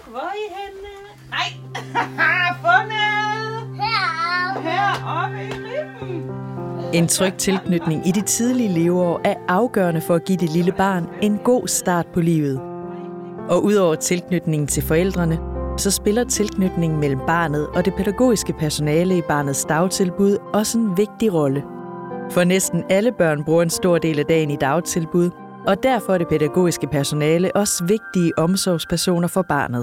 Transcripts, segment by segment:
Hvor er I henne? Nej, fundet! Heroppe i ribben. En tryg tilknytning i de tidlige leveår er afgørende for at give det lille barn en god start på livet. Og udover tilknytningen til forældrene, så spiller tilknytningen mellem barnet og det pædagogiske personale i barnets dagtilbud også en vigtig rolle. For næsten alle børn bruger en stor del af dagen i dagtilbud, og derfor er det pædagogiske personale også vigtige omsorgspersoner for barnet.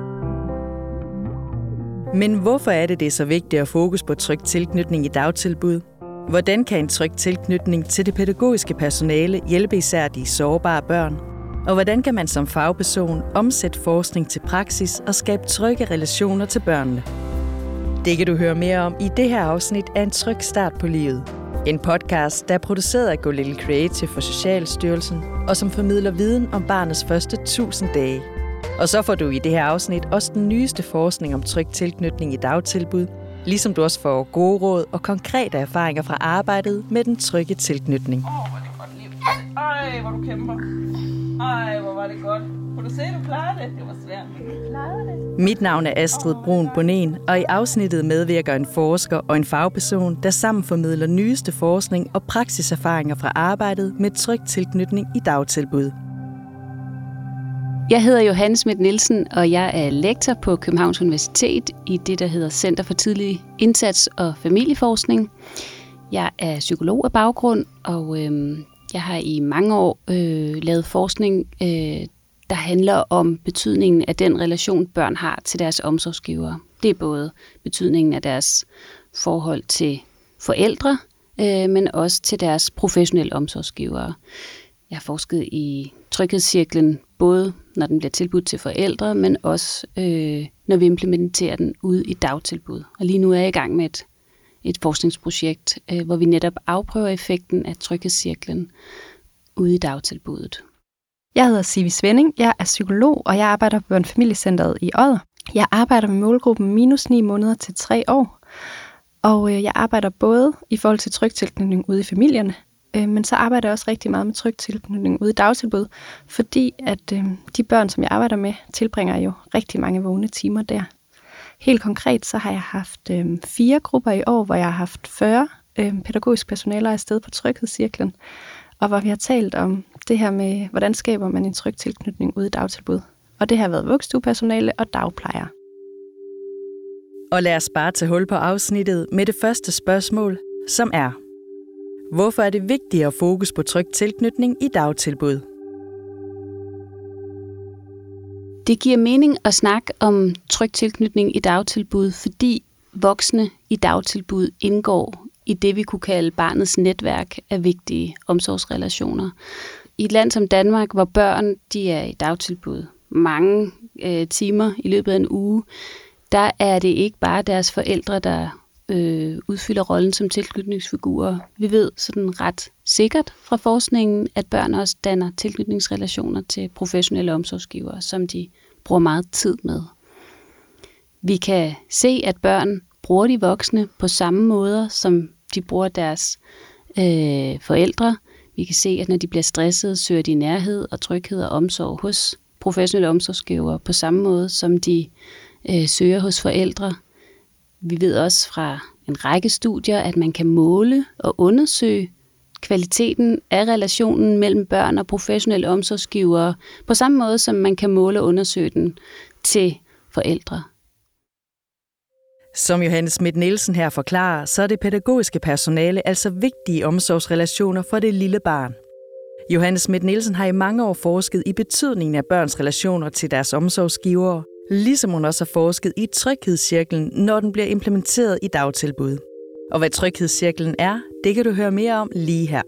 Men hvorfor er det så vigtigt at fokus på tryg tilknytning i dagtilbud? Hvordan kan en tryg tilknytning til det pædagogiske personale hjælpe især de sårbare børn? Og hvordan kan man som fagperson omsætte forskning til praksis og skabe trygge relationer til børnene? Det kan du høre mere om i det her afsnit af En tryg start på livet. En podcast, der er produceret af Go Little Creative for Socialstyrelsen, og som formidler viden om barnets første 1000 dage. Og så får du i det her afsnit også den nyeste forskning om tryg tilknytning i dagtilbud, ligesom du også får gode råd og konkrete erfaringer fra arbejdet med den trygge tilknytning. Hvor er det godt liv. Ej, hvor du kæmper. Ej, hvor var det godt. Kunne du se, du klarede det? Det var svært, men du klarede det. Mit navn er Astrid Brun Bonen, og i afsnittet medvirker en forsker og en fagperson, der sammen formidler nyeste forskning og praksiserfaringer fra arbejdet med tryg tilknytning i dagtilbud. Jeg hedder Johanne Schmidt Nielsen, og jeg er lektor på Københavns Universitet i det, der hedder Center for Tidlig Indsats og Familieforskning. Jeg er psykolog af baggrund, og jeg har i mange år lavet forskning, der handler om betydningen af den relation, børn har til deres omsorgsgivere. Det er både betydningen af deres forhold til forældre, men også til deres professionelle omsorgsgivere. Jeg har forsket i tryghedscirklen, både når den bliver tilbudt til forældre, men også når vi implementerer den ude i dagtilbud. Og lige nu er jeg i gang med et forskningsprojekt, hvor vi netop afprøver effekten af tryghedscirklen ude i dagtilbuddet. Jeg hedder Sivi Svending, jeg er psykolog, og jeg arbejder på Børnefamiliecentret i Odder. Jeg arbejder med målgruppen -9 måneder til 3 år, og jeg arbejder både i forhold til tryg tilknytning ude i familierne, men så arbejder jeg også rigtig meget med tryg tilknytning ude i dagtilbud, fordi at de børn, som jeg arbejder med, tilbringer jo rigtig mange vågne timer der. Helt konkret så har jeg haft 4 grupper i år, hvor jeg har haft 40 pædagogisk personaler afsted på tryghedscirklen, og hvor vi har talt om det her med, hvordan skaber man en tryg tilknytning ude i dagtilbud. Og det har været vuggestuepersonale og dagplejere. Og lad os bare tage hul på afsnittet med det første spørgsmål, som er: hvorfor er det vigtigt at fokus på tryg tilknytning i dagtilbud? Det giver mening at snakke om tryg tilknytning i dagtilbud, fordi voksne i dagtilbud indgår i det, vi kunne kalde barnets netværk af vigtige omsorgsrelationer. I et land som Danmark, hvor børn de er i dagtilbud mange timer i løbet af en uge, der er det ikke bare deres forældre, der udfylder rollen som tilknytningsfigurer. Vi ved sådan ret sikkert fra forskningen, at børn også danner tilknytningsrelationer til professionelle omsorgsgivere, som de bruger meget tid med. Vi kan se, at børn bruger de voksne på samme måder, som de bruger deres forældre. Vi kan se, at når de bliver stressede, søger de nærhed og tryghed og omsorg hos professionelle omsorgsgivere på samme måde, som de søger hos forældre. Vi ved også fra en række studier, at man kan måle og undersøge kvaliteten af relationen mellem børn og professionelle omsorgsgivere på samme måde, som man kan måle og undersøge den til forældre. Som Johanne Schmidt Nielsen her forklarer, så er det pædagogiske personale altså vigtige omsorgsrelationer for det lille barn. Johanne Schmidt Nielsen har i mange år forsket i betydningen af børns relationer til deres omsorgsgivere, ligesom hun også har forsket i tryghedscirklen, når den bliver implementeret i dagtilbud. Og hvad tryghedscirklen er, det kan du høre mere om lige her.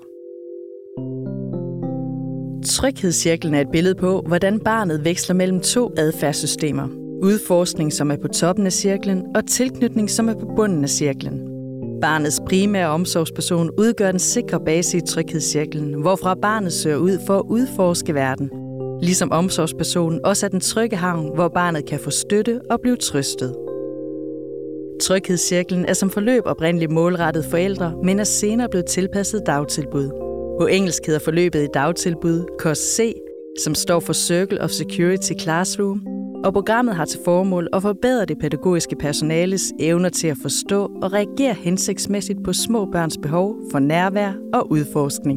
Tryghedscirklen er et billede på, hvordan barnet veksler mellem 2 adfærdssystemer. Udforskning, som er på toppen af cirklen, og tilknytning, som er på bunden af cirklen. Barnets primære omsorgsperson udgør den sikre base i tryghedscirklen, hvorfra barnet søger ud for at udforske verden. Ligesom omsorgspersonen også er den trygge havn, hvor barnet kan få støtte og blive trøstet. Tryghedscirklen er som forløb oprindeligt målrettet forældre, men er senere blevet tilpasset dagtilbud. På engelsk hedder forløbet i dagtilbud COSC, som står for Circle of Security Classroom, og programmet har til formål at forbedre det pædagogiske personales evner til at forstå og reagere hensigtsmæssigt på små børns behov for nærvær og udforskning.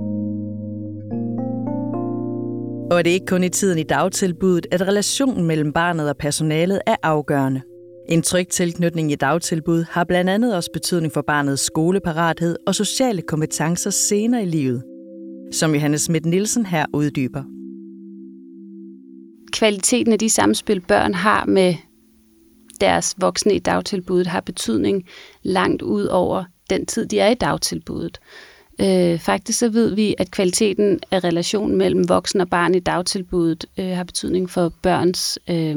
Og det er ikke kun i tiden i dagtilbuddet, at relationen mellem barnet og personalet er afgørende. En tryg tilknytning i dagtilbud har blandt andet også betydning for barnets skoleparathed og sociale kompetencer senere i livet, som Johannes Schmidt-Nielsen her uddyber. Kvaliteten af de samspil, børn har med deres voksne i dagtilbuddet, har betydning langt ud over den tid, de er i dagtilbuddet. Faktisk så ved vi, at kvaliteten af relationen mellem voksen og barn i dagtilbuddet har betydning for børns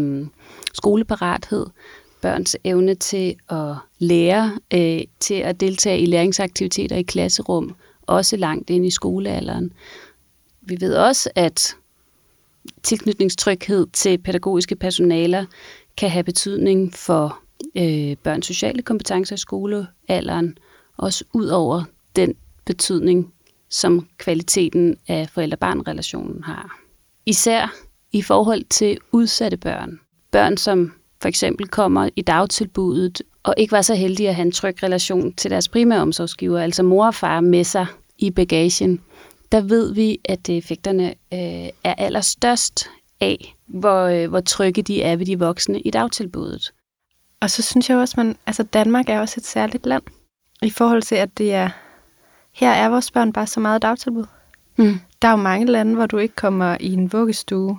skoleparathed, børns evne til at lære, til at deltage i læringsaktiviteter i klasserum, også langt ind i skolealderen. Vi ved også, at tilknytningstryghed til pædagogiske personaler kan have betydning for børns sociale kompetencer i skolealderen, også ud over den betydning, som kvaliteten af forældre-barn-relationen har. Især i forhold til udsatte børn. Børn, som for eksempel kommer i dagtilbuddet og ikke var så heldige at have en tryg relation til deres primære omsorgsgiver, altså mor og far med sig i bagagen. Der ved vi, at effekterne er allerstørst af, hvor trygge de er ved de voksne i dagtilbuddet. Og så synes jeg også, Danmark er også et særligt land, i forhold til, at det er, her er vores børn bare så meget dagtilbud. Der er jo mange lande, hvor du ikke kommer i en vuggestue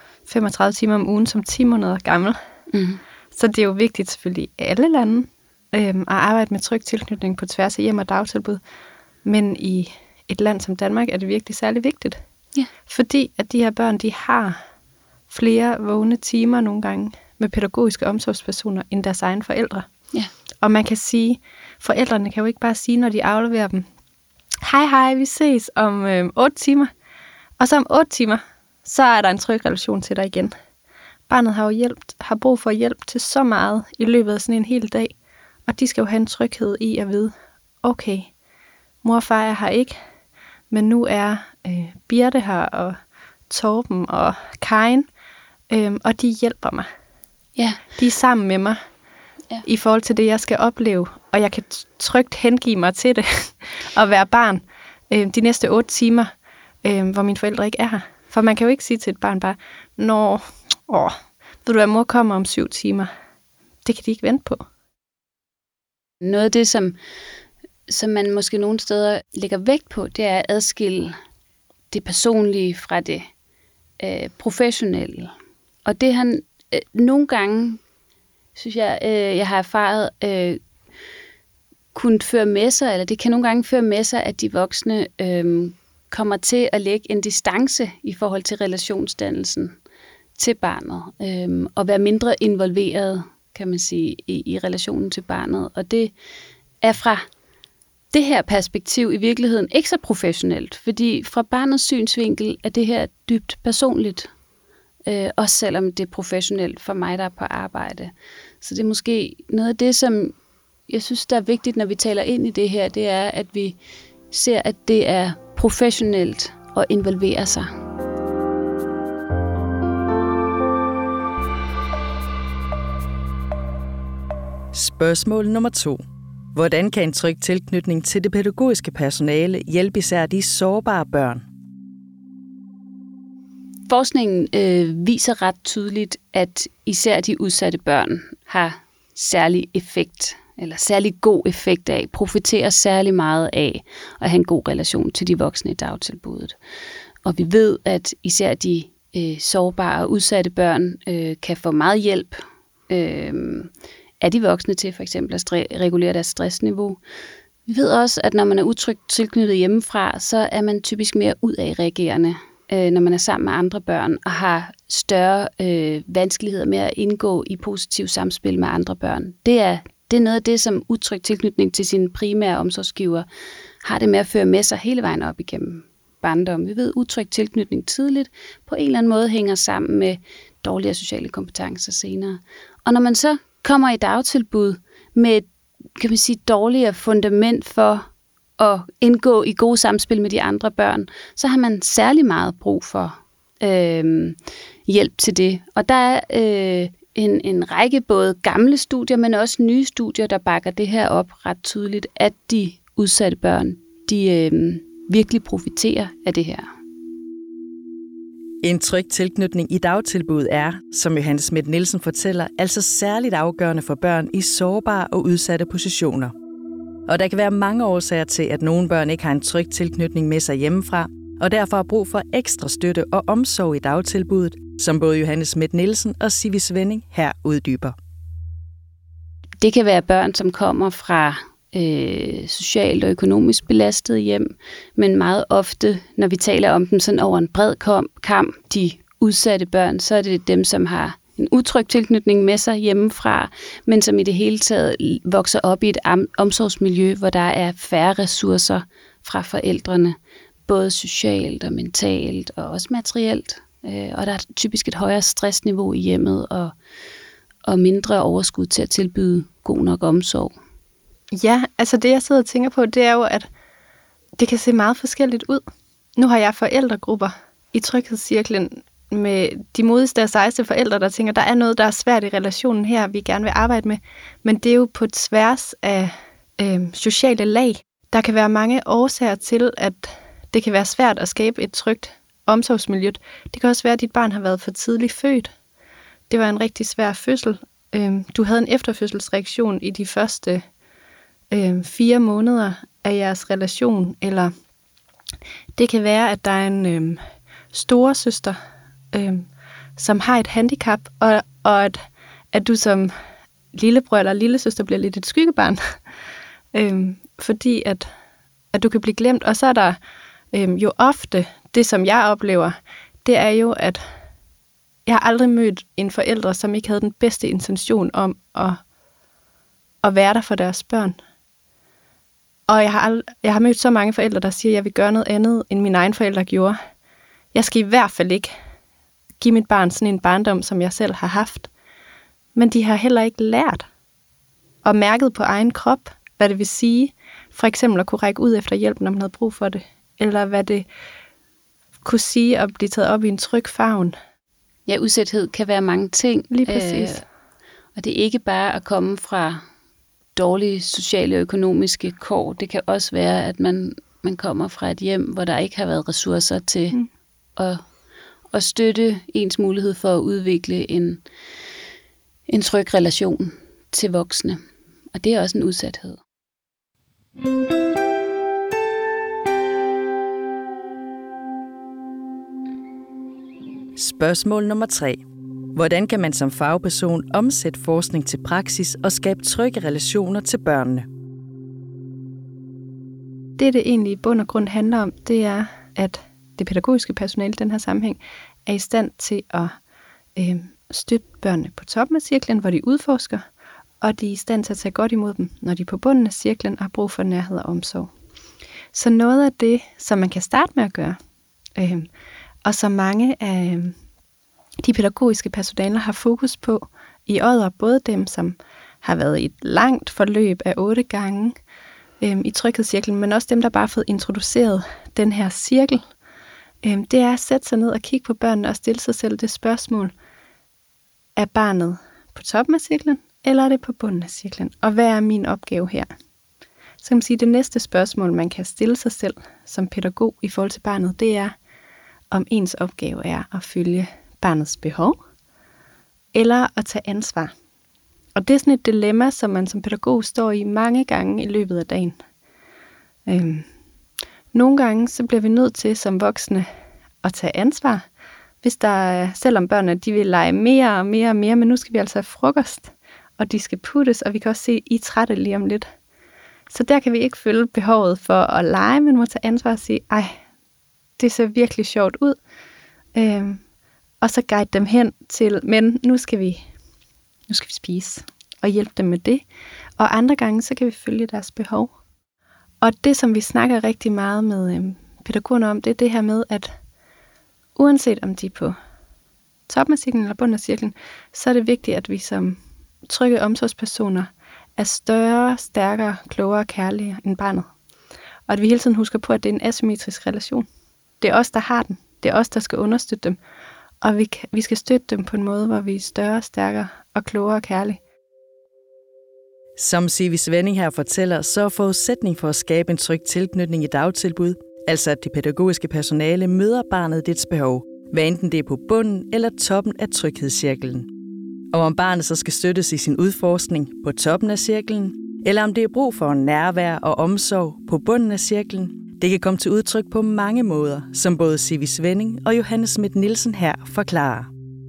35 timer om ugen som 10 måneder gammel. Så det er jo vigtigt selvfølgelig i alle lande at arbejde med tryg tilknytning på tværs af hjem og dagtilbud. Men i et land som Danmark er det virkelig særlig vigtigt. Ja. Fordi at de her børn, de har flere vågne timer nogle gange med pædagogiske omsorgspersoner end deres egne forældre. Ja. Og man kan sige, forældrene kan jo ikke bare sige, når de afleverer dem, hej, vi ses om 8 timer. Og så om 8 timer, så er der en tryg relation til dig igen. Barnet har brug for hjælp til så meget i løbet af sådan en hel dag. Og de skal jo have en tryghed i at vide, okay, mor og far er her ikke, men nu er Birte her, og Torben og Karin, og de hjælper mig. Ja. De er sammen med mig i forhold til det, jeg skal opleve, og jeg kan trygt hengive mig til det, og være barn de næste 8 timer, hvor mine forældre ikke er her. For man kan jo ikke sige til et barn bare, ved du hvad, mor kommer om 7 timer. Det kan de ikke vente på. Noget af det, som man måske nogle steder lægger vægt på, det er at adskille det personlige fra det professionelle. Og det han nogle gange, synes jeg har erfaret, kunne føre med sig, eller det kan nogle gange føre med sig, at de voksne kommer til at lægge en distance i forhold til relationsdannelsen til barnet, og være mindre involveret, kan man sige, i relationen til barnet. Og det er fra det her perspektiv i virkeligheden ikke så professionelt, fordi fra barnets synsvinkel er det her dybt personligt, også selvom det er professionelt for mig, der er på arbejde. Så det er måske noget af det, som jeg synes, der er vigtigt, når vi taler ind i det her, det er, at vi ser, at det er professionelt at involvere sig. Spørgsmål nummer 2. Hvordan kan en tryg tilknytning til det pædagogiske personale hjælpe især de sårbare børn? Forskningen viser ret tydeligt, at især de udsatte børn har særlig effekt, eller særlig god effekt af, profiterer særlig meget af at have en god relation til de voksne i dagtilbuddet. Og vi ved, at især de sårbare og udsatte børn kan få meget hjælp af de voksne til for eksempel at regulere deres stressniveau. Vi ved også, at når man er utrygt tilknyttet hjemmefra, så er man typisk mere udadreagerende, når man er sammen med andre børn og har større vanskeligheder med at indgå i positiv samspil med andre børn. Det er noget af det, som utryg tilknytning til sin primære omsorgsgiver har det med at føre med sig hele vejen op igennem barndom. Vi ved, at utryg tilknytning tidligt på en eller anden måde hænger sammen med dårligere sociale kompetencer senere. Og når man så kommer i dagtilbud med et, kan man sige, dårligere fundament for at indgå i gode samspil med de andre børn, så har man særlig meget brug for hjælp til det. Og der er en række både gamle studier, men også nye studier, der bakker det her op ret tydeligt, at de udsatte børn, de virkelig profiterer af det her. En tryg tilknytning i dagtilbud er, som Johanne Schmidt-Nielsen fortæller, altså særligt afgørende for børn i sårbare og udsatte positioner. Og der kan være mange årsager til, at nogle børn ikke har en tryg tilknytning med sig hjemmefra, og derfor har brug for ekstra støtte og omsorg i dagtilbuddet, som både Johanne Schmidt-Nielsen og Sivi Svenning her uddyber. Det kan være børn, som kommer fra socialt og økonomisk belastede hjem, men meget ofte, når vi taler om dem sådan over en bred kam, de udsatte børn, så er det dem, som har en utryg tilknytning med sig hjemmefra, men som i det hele taget vokser op i et omsorgsmiljø, hvor der er færre ressourcer fra forældrene, både socialt og mentalt og også materielt. Og der er typisk et højere stressniveau i hjemmet og mindre overskud til at tilbyde god nok omsorg. Ja, altså det jeg sidder og tænker på, det er jo, at det kan se meget forskelligt ud. Nu har jeg forældregrupper i Tryghedscirklen med de modigste og sejeste forældre, der tænker, der er noget, der er svært i relationen her, vi gerne vil arbejde med. Men det er jo på tværs af sociale lag. Der kan være mange årsager til, at det kan være svært at skabe et trygt omsorgsmiljø. Det kan også være, at dit barn har været for tidligt født. Det var en rigtig svær fødsel. Du havde en efterfødselsreaktion i de første 4 måneder af jeres relation, eller det kan være, at der er en storesøster, som har et handicap, og at du som lillebror eller lillesøster bliver lidt et skyggebarn, fordi at du kan blive glemt. Og så er der jo ofte, det som jeg oplever, det er jo, at jeg har aldrig mødt en forælder, som ikke havde den bedste intention om at være der for deres børn. Og jeg har mødt så mange forældre, der siger, at jeg vil gøre noget andet, end mine egne forældre gjorde. Jeg skal i hvert fald ikke give mit barn sådan en barndom, som jeg selv har haft. Men de har heller ikke lært og mærket på egen krop, hvad det vil sige, for eksempel at kunne række ud efter hjælp, når man havde brug for det. Eller hvad det kunne sige at blive taget op i en tryg favn. Ja, udsæthed kan være mange ting. Lige præcis. Og det er ikke bare at komme fra dårlige sociale og økonomiske kår. Det kan også være, at man kommer fra et hjem, hvor der ikke har været ressourcer til at støtte ens mulighed for at udvikle en tryg relation til voksne. Og det er også en udsathed. Spørgsmål nummer 3. Hvordan kan man som fagperson omsætte forskning til praksis og skabe trygge relationer til børnene? Det egentlig i bund og grund handler om, det er, at det pædagogiske personale i den her sammenhæng er i stand til at støtte børnene på toppen af cirklen, hvor de udforsker, og de er i stand til at tage godt imod dem, når de er på bunden af cirklen og har brug for nærhed og omsorg. Så noget af det, som man kan starte med at gøre, og som mange af de pædagogiske personaler har fokus på i Odder, både dem, som har været i et langt forløb af 8 gange i Tryghedscirklen, men også dem, der bare har fået introduceret den her cirkel, det er at sætte sig ned og kigge på børnene og stille sig selv det spørgsmål: er barnet på toppen af cirklen, eller er det på bunden af cirklen? Og hvad er min opgave her? Så kan man sige, at det næste spørgsmål, man kan stille sig selv som pædagog i forhold til barnet, det er, om ens opgave er at følge barnets behov, eller at tage ansvar. Og det er sådan et dilemma, som man som pædagog står i mange gange i løbet af dagen. Nogle gange så bliver vi nødt til som voksne at tage ansvar, hvis selvom børnene de vil lege mere og mere og mere, men nu skal vi altså have frokost, og de skal puttes, og vi kan også se, at I er trætte lige om lidt. Så der kan vi ikke følge behovet for at lege, men må tage ansvar og sige, ej, det ser virkelig sjovt ud. Og så guide dem hen til, men nu skal vi spise, og hjælpe dem med det. Og andre gange, så kan vi følge deres behov. Og det, som vi snakker rigtig meget med pædagogerne om, det er det her med, at uanset om de er på toppen af cirklen eller bunden af cirklen, så er det vigtigt, at vi som trygge omsorgspersoner er større, stærkere, klogere og kærligere end barnet. Og at vi hele tiden husker på, at det er en asymmetrisk relation. Det er os, der har den. Det er os, der skal understøtte dem. Og vi skal støtte dem på en måde, hvor vi er større, stærkere og klogere og kærlige. Som Sivi Svenning her fortæller, så er forudsætning for at skabe en tryg tilknytning i dagtilbud, altså at det pædagogiske personale møder barnet dets behov, hvad enten det er på bunden eller toppen af tryghedscirklen. Og om barnet så skal støttes i sin udforskning på toppen af cirklen, eller om det er brug for nærvær og omsorg på bunden af cirklen, det kan komme til udtryk på mange måder, som både Sivi Svenning og Johanne Schmidt Nielsen her forklarer.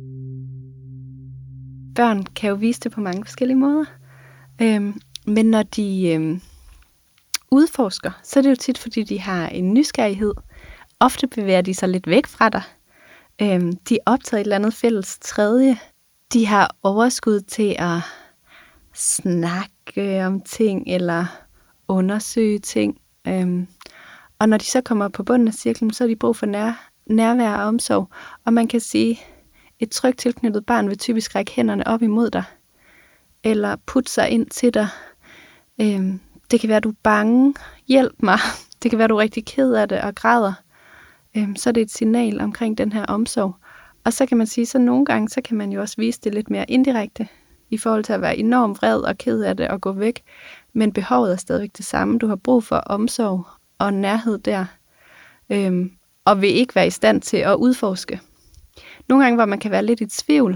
Børn kan jo vise det på mange forskellige måder. Men når de udforsker, så er det jo tit, fordi de har en nysgerrighed. Ofte bevæger de sig lidt væk fra dig. De er optaget et eller andet fælles tredje. De har overskud til at snakke om ting eller undersøge ting. Og når de så kommer på bunden af cirklen, så har de brug for nærvær og omsorg. Og man kan sige, et trygt tilknyttet barn vil typisk række hænderne op imod dig. Eller putte sig ind til dig. Det kan være, at du er bange. Hjælp mig. Det kan være, at du er rigtig ked af det og græder. Så er det et signal omkring den her omsorg. Og så kan man sige, så nogle gange, så kan man jo også vise det lidt mere indirekte, i forhold til at være enormt vred og ked af det og gå væk. Men behovet er stadigvæk det samme. Du har brug for omsorg og nærhed der. Og vil ikke være i stand til at udforske. Nogle gange, hvor man kan være lidt i tvivl,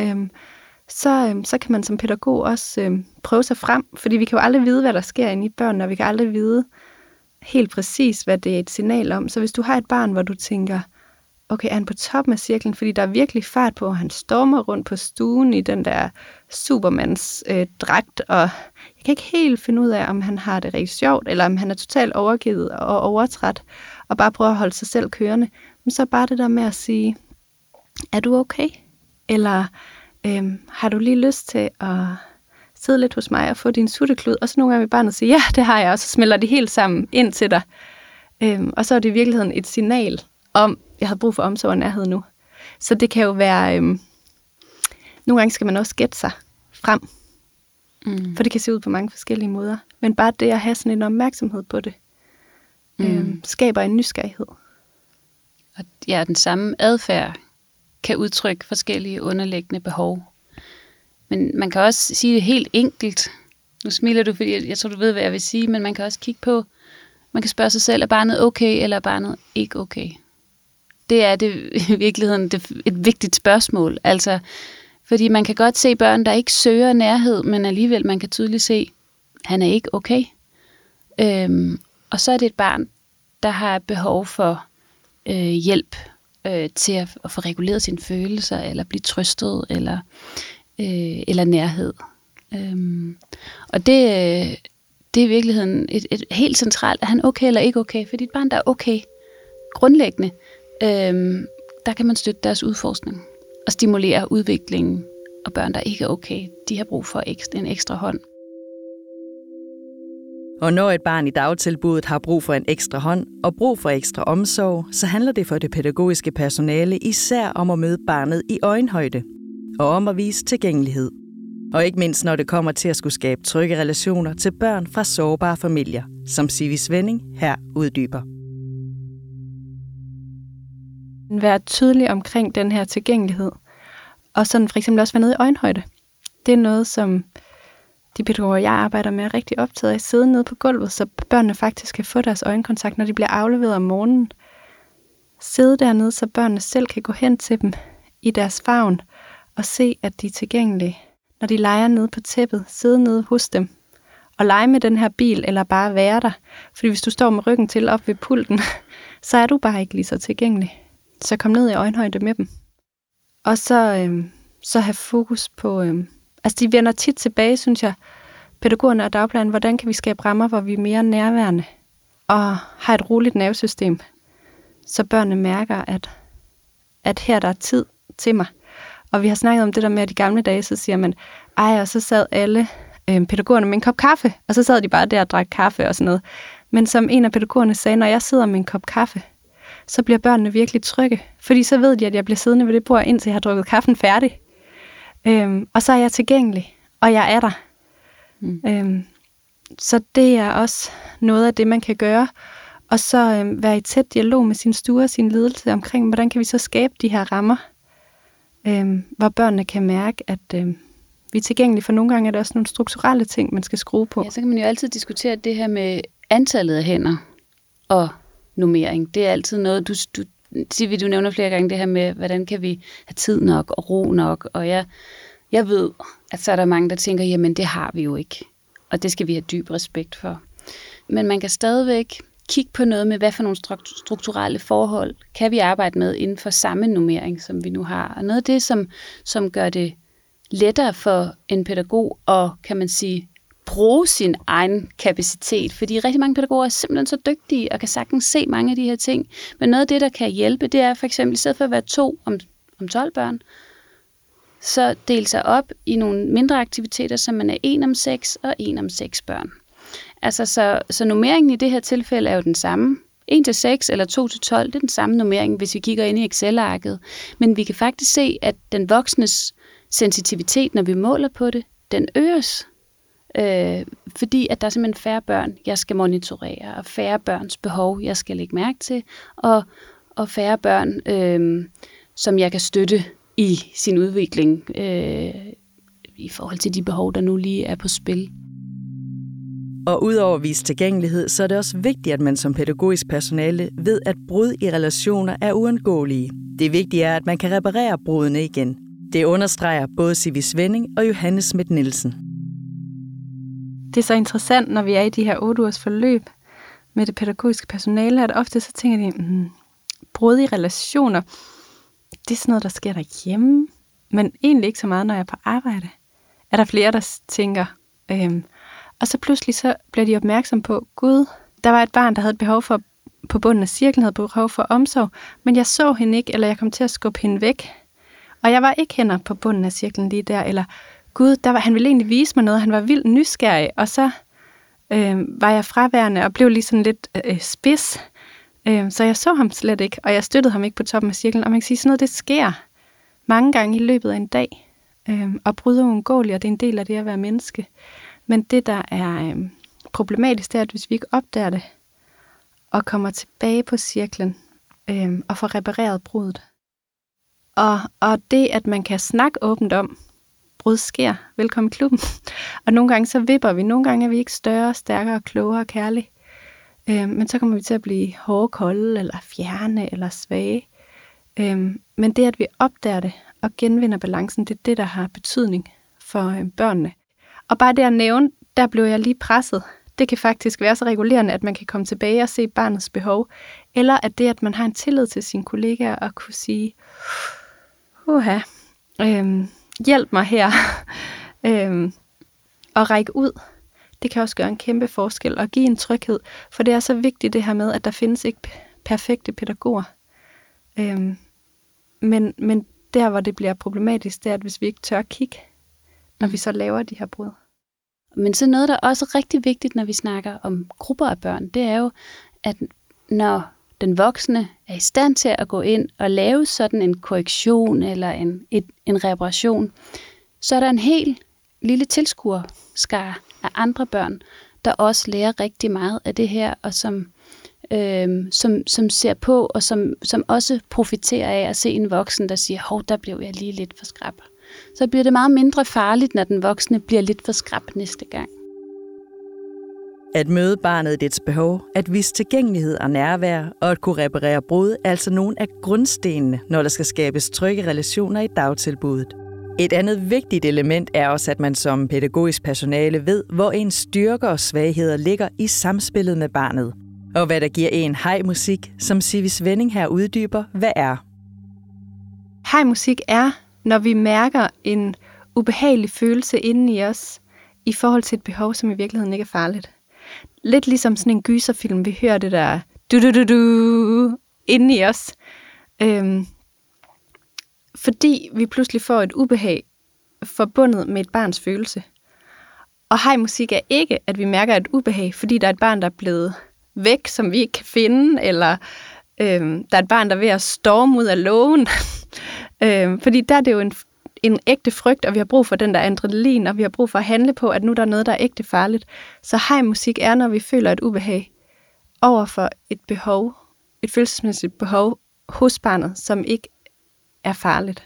så kan man som pædagog også prøve sig frem. Fordi vi kan jo aldrig vide, hvad der sker inde i børnene, og vi kan aldrig vide helt præcis, hvad det er et signal om. Så hvis du har et barn, hvor du tænker, okay, er han på toppen af cirklen, fordi der er virkelig fart på, og han stormer rundt på stuen i den der Supermans dragt, og jeg kan ikke helt finde ud af, om han har det rigtig sjovt, eller om han er totalt overgivet og overtræt, og bare prøver at holde sig selv kørende. Men så bare det der med at sige, er du okay? Eller har du lige lyst til at sidde lidt hos mig og få din sutteklud? Og så nogle gange vil barnet sige, ja, det har jeg, og så smelter de helt sammen ind til dig. Og så er det i virkeligheden et signal om, jeg har brug for omsorg og nærhed nu. Så det kan jo være, nogle gange skal man også gætte sig frem. For det kan se ud på mange forskellige måder. Men bare det at have sådan en opmærksomhed på det, skaber en nysgerrighed. Og ja, den samme adfærd kan udtrykke forskellige underliggende behov. Men man kan også sige det helt enkelt. Nu smiler du, fordi jeg tror, du ved, hvad jeg vil sige, men man kan også kigge på, man kan spørge sig selv, er barnet okay, eller er barnet ikke okay? Det er det i virkeligheden et vigtigt spørgsmål. Altså, fordi man kan godt se børn, der ikke søger nærhed, men alligevel man kan tydeligt se, han er ikke okay. Og så er det et barn, der har behov for hjælp til at få reguleret sine følelser, eller blive trøstet, eller nærhed. Og det er i virkeligheden et helt centralt, er han okay eller ikke okay? For dit barn, der er okay, grundlæggende, der kan man støtte deres udforskning og stimulere udviklingen. Og børn, der ikke er okay, de har brug for en ekstra hånd. Og når et barn i dagtilbuddet har brug for en ekstra hånd og brug for ekstra omsorg, så handler det for det pædagogiske personale især om at møde barnet i øjenhøjde og om at vise tilgængelighed. Og ikke mindst når det kommer til at skulle skabe trygge relationer til børn fra sårbare familier, som Sivi Svenning her uddyber. Vær tydelig omkring den her tilgængelighed, og sådan for eksempel også være nede i øjenhøjde. Det er noget, som de pædagoger, jeg arbejder med, er rigtig optaget af, at sidde nede på gulvet, så børnene faktisk kan få deres øjenkontakt, når de bliver afleveret om morgenen. Sidde dernede, så børnene selv kan gå hen til dem i deres favn og se, at de er tilgængelige. Når de leger nede på tæppet, sidde nede hos dem og lege med den her bil, eller bare være der. Fordi hvis du står med ryggen til op ved pulten, så er du bare ikke lige så tilgængelig. Så kom ned i øjenhøjde med dem. Og så have fokus på... Altså de vender tit tilbage, synes jeg, pædagogerne og dagplejen, hvordan kan vi skabe rammer, hvor vi er mere nærværende og har et roligt nervesystem, så børnene mærker, at her der er tid til mig. Og vi har snakket om det der med, at i gamle dage, så siger man, og så sad alle pædagogerne med en kop kaffe, og så sad de bare der og drak kaffe og sådan noget. Men som en af pædagogerne sagde, når jeg sidder med en kop kaffe, så bliver børnene virkelig trygge, fordi så ved de, at jeg bliver siddende ved det bord, indtil jeg har drukket kaffen færdig. Og så er jeg tilgængelig, og jeg er der. Så det er også noget af det, man kan gøre. Og så være i tæt dialog med sin stue og sin ledelse omkring, hvordan kan vi så skabe de her rammer, hvor børnene kan mærke, at vi er tilgængelige, for nogle gange er der også nogle strukturelle ting, man skal skrue på. Ja, så kan man jo altid diskutere det her med antallet af hænder og normering. Det er altid noget, du nævner flere gange det her med, hvordan kan vi have tid nok og ro nok, og jeg ved, at så er der mange, der tænker, jamen det har vi jo ikke, og det skal vi have dyb respekt for. Men man kan stadigvæk kigge på noget med, hvad for nogle strukturelle forhold kan vi arbejde med inden for samme normering, som vi nu har. Og noget af det, som gør det lettere for en pædagog at, kan man sige, bruge sin egen kapacitet, fordi rigtig mange pædagoger er simpelthen så dygtige og kan sagtens se mange af de her ting. Men noget af det, der kan hjælpe, det er for eksempel, i stedet for at være 2 om 12 børn, så dele sig op i nogle mindre aktiviteter, så man er 1 om 6 og 1 om 6 børn. Altså, så nummeringen i det her tilfælde er jo den samme. 1-6 eller 2-12, det er den samme nummering, hvis vi kigger ind i Excel-arket. Men vi kan faktisk se, at den voksnes sensitivitet, når vi måler på det, den øges. Fordi at der er simpelthen færre børn, jeg skal monitorere, og færre børns behov, jeg skal lægge mærke til, og færre børn, som jeg kan støtte i sin udvikling i forhold til de behov, der nu lige er på spil. Og udover at vise tilgængelighed, så er det også vigtigt, at man som pædagogisk personale ved, at brud i relationer er uundgåelige. Det vigtige er, at man kan reparere brudene igen. Det understreger både Sivi Svenning og Johanne Schmidt-Nielsen. Det er så interessant, når vi er i de her 8 ugers forløb med det pædagogiske personale, at ofte så tænker de, brud i relationer, det er sådan noget, der sker derhjemme, men egentlig ikke så meget, når jeg er på arbejde. Er der flere, der tænker, og så pludselig så bliver de opmærksom på, Gud, der var et barn, der havde et behov for, på bunden af cirklen, havde behov for omsorg, men jeg så hende ikke, eller jeg kom til at skubbe hende væk. Og jeg var ikke hænder på bunden af cirklen lige der, eller Gud, han ville egentlig vise mig noget, han var vildt nysgerrig, og så var jeg fraværende og blev lige sådan lidt spids. Så jeg så ham slet ikke, og jeg støttede ham ikke på toppen af cirklen. Og man kan sige, sådan noget, det sker mange gange i løbet af en dag, og bryder uundgåeligt, og det er en del af det at være menneske. Men det, der er problematisk, det er, at hvis vi ikke opdager det, og kommer tilbage på cirklen, og får repareret bruddet, og det, at man kan snakke åbent om, brud sker, velkommen i klubben, og nogle gange så vipper vi, nogle gange er vi ikke større, stærkere, klogere og kærlige, men så kommer vi til at blive hårde, kolde, eller fjerne, eller svage. Men det, at vi opdager det, og genvinder balancen, det er det, der har betydning for børnene. Og bare det at nævne, der blev jeg lige presset. Det kan faktisk være så regulerende, at man kan komme tilbage og se barnets behov. Eller at det, at man har en tillid til sine kollegaer og kunne sige, hjælp mig her, og række ud. Det kan også gøre en kæmpe forskel og give en tryghed. For det er så vigtigt det her med, at der findes ikke perfekte pædagoger. Men der, hvor det bliver problematisk, det er, at hvis vi ikke tør kigge, når vi så laver de her brud. Men så noget, der er også rigtig vigtigt, når vi snakker om grupper af børn, det er jo, at når den voksne er i stand til at gå ind og lave sådan en korrektion eller en reparation, så er der en helt lille tilskuerskare af andre børn, der også lærer rigtig meget af det her, og som ser på, og som også profiterer af at se en voksen, der siger, hov, der blev jeg lige lidt for skrap. Så bliver det meget mindre farligt, når den voksne bliver lidt for skrap næste gang. At møde barnet i dets behov, at vise tilgængelighed og nærvær, og at kunne reparere brud, er altså nogle af grundstenene, når der skal skabes trygge relationer i dagtilbuddet. Et andet vigtigt element er også, at man som pædagogisk personale ved, hvor ens styrker og svagheder ligger i samspillet med barnet. Og hvad der giver en hej-musik, som Sivi Svenning her uddyber, hvad er. Hej-musik er, når vi mærker en ubehagelig følelse inden i os, i forhold til et behov, som i virkeligheden ikke er farligt. Lidt ligesom sådan en gyserfilm, vi hører det der du inden i os. Fordi vi pludselig får et ubehag forbundet med et barns følelse. Og hej-musik er ikke, at vi mærker et ubehag, fordi der er et barn, der er blevet væk, som vi ikke kan finde, eller der er et barn, der er ved at storme ud af lågen. Fordi der er det jo en ægte frygt, og vi har brug for den der adrenalin, og vi har brug for at handle på, at nu der er noget, der er ægte farligt. Så hej-musik er, når vi føler et ubehag over for et behov, et følelsesmæssigt behov hos barnet, som ikke er farligt.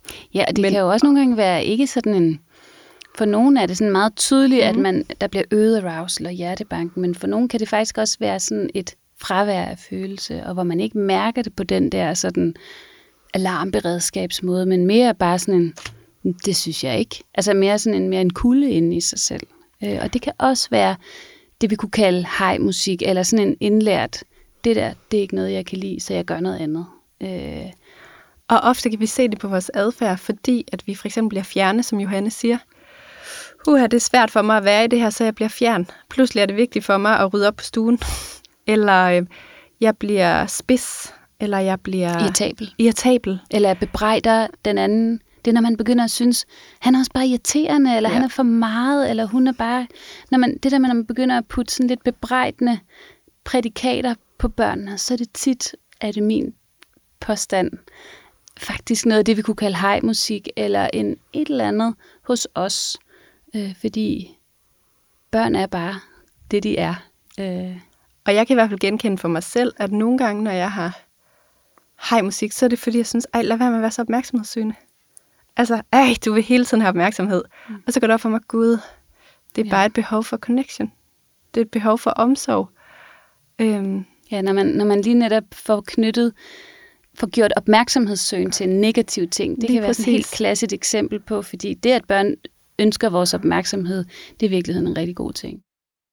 Ja, og det kan jo også nogle gange være ikke sådan en... For nogen er det sådan meget tydeligt, at der bliver øget arousal og hjertebanken, men for nogen kan det faktisk også være sådan et fravær af følelse, og hvor man ikke mærker det på den der sådan alarmberedskabsmåde, men mere bare sådan en, det synes jeg ikke. Altså mere sådan en kulde inde i sig selv. Og det kan også være det, vi kunne kalde high-musik, eller sådan en indlært, det er ikke noget, jeg kan lide, så jeg gør noget andet. Og ofte kan vi se det på vores adfærd, fordi at vi for eksempel bliver fjerne, som Johanne siger. Det er svært for mig at være i det her, så jeg bliver fjern. Pludselig er det vigtigt for mig at rydde op på stuen. Eller jeg bliver spids, eller jeg bliver... Irritabel. Eller jeg bebrejder den anden. Det er, når man begynder at synes, han er også bare irriterende, eller han er for meget, eller hun er bare... Når man begynder at putte sådan lidt bebrejdende prædikater på børnene, så er det tit, er det min påstand, faktisk noget af det, vi kunne kalde high-musik, eller et eller andet hos os. Fordi børn er bare det, de er. Og jeg kan i hvert fald genkende for mig selv, at nogle gange, når jeg har high-musik, så er det fordi, jeg synes, lad være med at være så opmærksomhedssøgende. Altså, du vil hele tiden have opmærksomhed. Og så går det op for mig, Gud, det er bare et behov for connection. Det er et behov for omsorg. Ja, når man lige netop får gjort opmærksomhedssøgen til en negativ ting. Det kan være et helt klassisk eksempel på, fordi det, at børn ønsker vores opmærksomhed, det er i virkeligheden en rigtig god ting.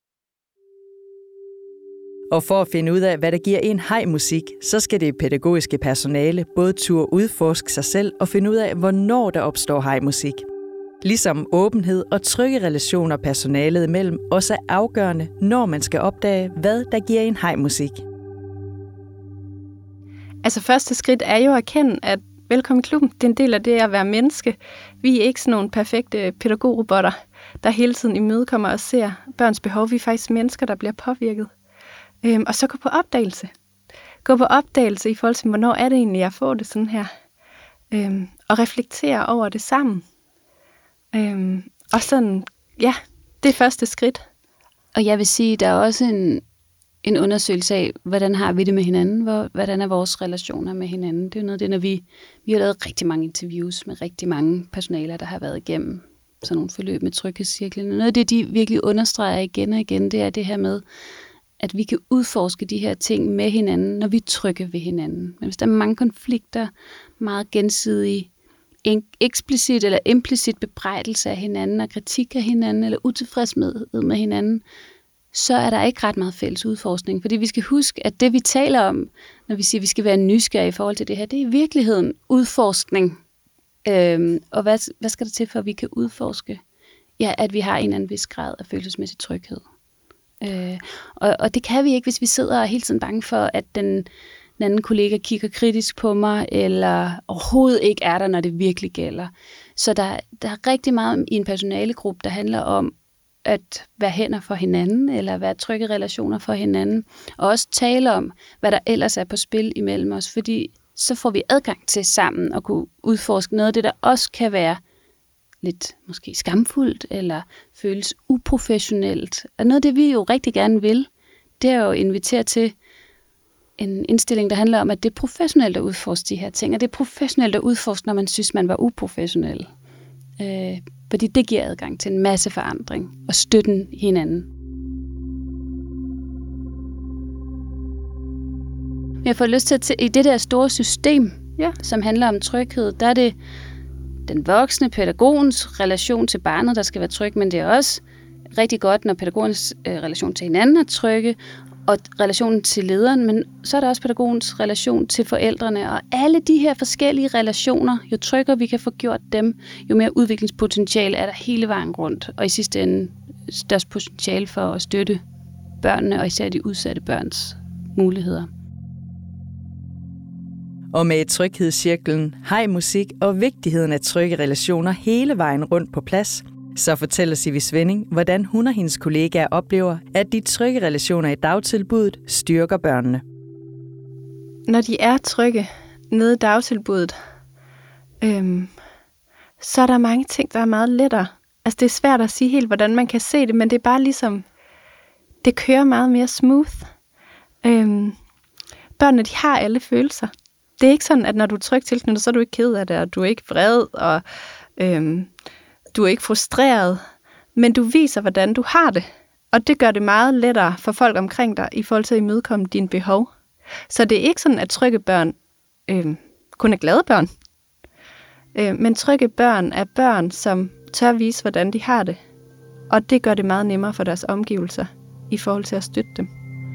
Og for at finde ud af, hvad der giver en high-musik, så skal det pædagogiske personale både turde udforske sig selv og finde ud af, hvornår der opstår high-musik. Ligesom åbenhed og trygge relationer personalet imellem også er afgørende, når man skal opdage, hvad der giver en high-musik. Altså første skridt er jo at erkende, at velkommen i klubben, det er en del af det at være menneske. Vi er ikke sådan nogle perfekte pædagogrobotter, der hele tiden imødekommer og ser børns behov. Vi er faktisk mennesker, der bliver påvirket. Og så gå på opdagelse. Gå på opdagelse i forhold til, hvornår er det egentlig, jeg får det sådan her. Og reflektere over det sammen. Og sådan, det er første skridt. Og jeg vil sige, der er også en undersøgelse af, hvordan har vi det med hinanden, hvordan er vores relationer med hinanden. Det er jo noget af det, når vi har lavet rigtig mange interviews med rigtig mange personaler, der har været igennem sådan nogle forløb med tryghedscirklen. Noget af det, de virkelig understreger igen og igen, det er det her med, at vi kan udforske de her ting med hinanden, når vi er trygge ved hinanden. Men hvis der er mange konflikter, meget gensidige, eksplicit eller implicit bebrejdelse af hinanden, og kritik af hinanden, eller utilfredshed med hinanden, så er der ikke ret meget fælles udforskning. Fordi vi skal huske, at det vi taler om, når vi siger, at vi skal være nysgerrige i forhold til det her, det er i virkeligheden udforskning. Og hvad skal der til, for at vi kan udforske? Ja, at vi har en eller anden vis grad af følelsesmæssig tryghed. Og det kan vi ikke, hvis vi sidder og er hele tiden bange for, at den anden kollega kigger kritisk på mig, eller overhovedet ikke er der, når det virkelig gælder. Så der er rigtig meget i en personalegruppe, der handler om at være hænder for hinanden, eller være trygge relationer for hinanden, og også tale om, hvad der ellers er på spil imellem os, fordi så får vi adgang til sammen at kunne udforske noget af det, der også kan være lidt måske skamfuldt, eller føles uprofessionelt. Og noget af det, vi jo rigtig gerne vil, det er jo at invitere til en indstilling, der handler om, at det er professionelt at udforske de her ting, og det er professionelt at udforske, når man synes, man var uprofessionel. Fordi det giver adgang til en masse forandring og støtten hinanden. Jeg får lyst til at i det der store system, som handler om tryghed, der er det den voksne pædagogens relation til barnet, der skal være tryg, men det er også rigtig godt, når pædagogens relation til hinanden er trygge, og relationen til lederen, men så er der også pædagogens relation til forældrene, og alle de her forskellige relationer, jo tryggere vi kan få gjort dem, jo mere udviklingspotentiale er der hele vejen rundt, og i sidste ende størst potentiale for at støtte børnene, og især de udsatte børns muligheder. Og med tryghedscirklen, high-musik og vigtigheden af trygge relationer hele vejen rundt på plads, så fortæller Sivi Svending, hvordan hun og hendes kollegaer oplever, at de trygge relationer i dagtilbuddet styrker børnene. Når de er trygge nede i dagtilbuddet, så er der mange ting, der er meget lettere. Altså det er svært at sige helt, hvordan man kan se det, men det er bare ligesom, det kører meget mere smooth. Børnene, de har alle følelser. Det er ikke sådan, at når du er trygt tilknyttet, så er du ikke ked af det, og du er ikke vred, og du er ikke frustreret, men du viser, hvordan du har det. Og det gør det meget lettere for folk omkring dig, i forhold til at imødekomme dine behov. Så det er ikke sådan, at trygge børn kun er glade børn. Men trygge børn er børn, som tør vise, hvordan de har det. Og det gør det meget nemmere for deres omgivelser, i forhold til at støtte dem.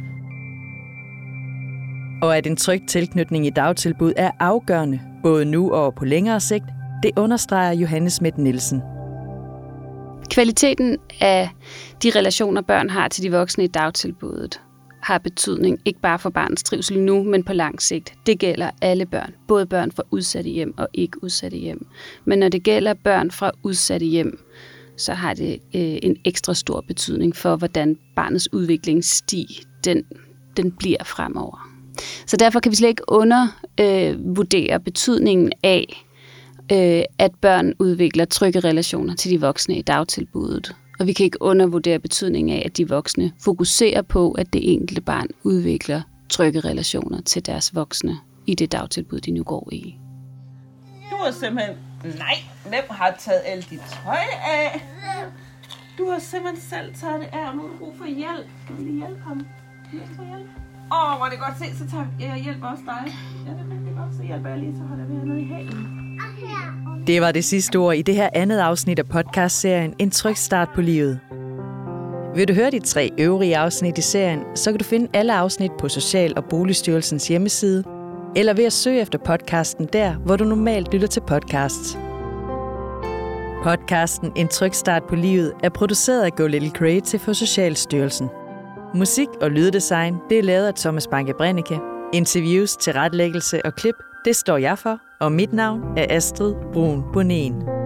Og at en tryg tilknytning i dagtilbud er afgørende, både nu og på længere sigt, det understreger Johanne Schmidt Nielsen. Kvaliteten af de relationer, børn har til de voksne i dagtilbuddet, har betydning ikke bare for barnets trivsel nu, men på lang sigt. Det gælder alle børn, både børn fra udsatte hjem og ikke udsatte hjem. Men når det gælder børn fra udsatte hjem, så har det en ekstra stor betydning for, hvordan barnets udviklingsstig den bliver fremover. Så derfor kan vi slet ikke undervurdere betydningen af, at børn udvikler trygge relationer til de voksne i dagtilbuddet. Og vi kan ikke undervurdere betydningen af, at de voksne fokuserer på, at det enkelte barn udvikler trygge relationer til deres voksne i det dagtilbud, de nu går i. Du har simpelthen... Nej, hvem har taget alt dit tøj af? Du har simpelthen selv taget det af, og nu har du brug for hjælp. Skal vi lige hjælpe ham? Hvor er det godt se, så tager jeg hjælper også dig. Ja, det er rigtig godt, så hjælper jeg lige, så holder vi hernede i hagen. Det var det sidste ord i det her andet afsnit af podcastserien En tryg start på livet. Vil du høre de 3 øvrige afsnit i serien, så kan du finde alle afsnit på Social- og Boligstyrelsens hjemmeside, eller ved at søge efter podcasten der, hvor du normalt lytter til podcasts. Podcasten En tryg start på livet er produceret af Go Little Creative for Socialstyrelsen. Musik og lyddesign, det er lavet af Thomas Banke-Brennecke. Interviews, tilrettelæggelse og klip, det står jeg for, og mit navn er Astrid Brun Bonén.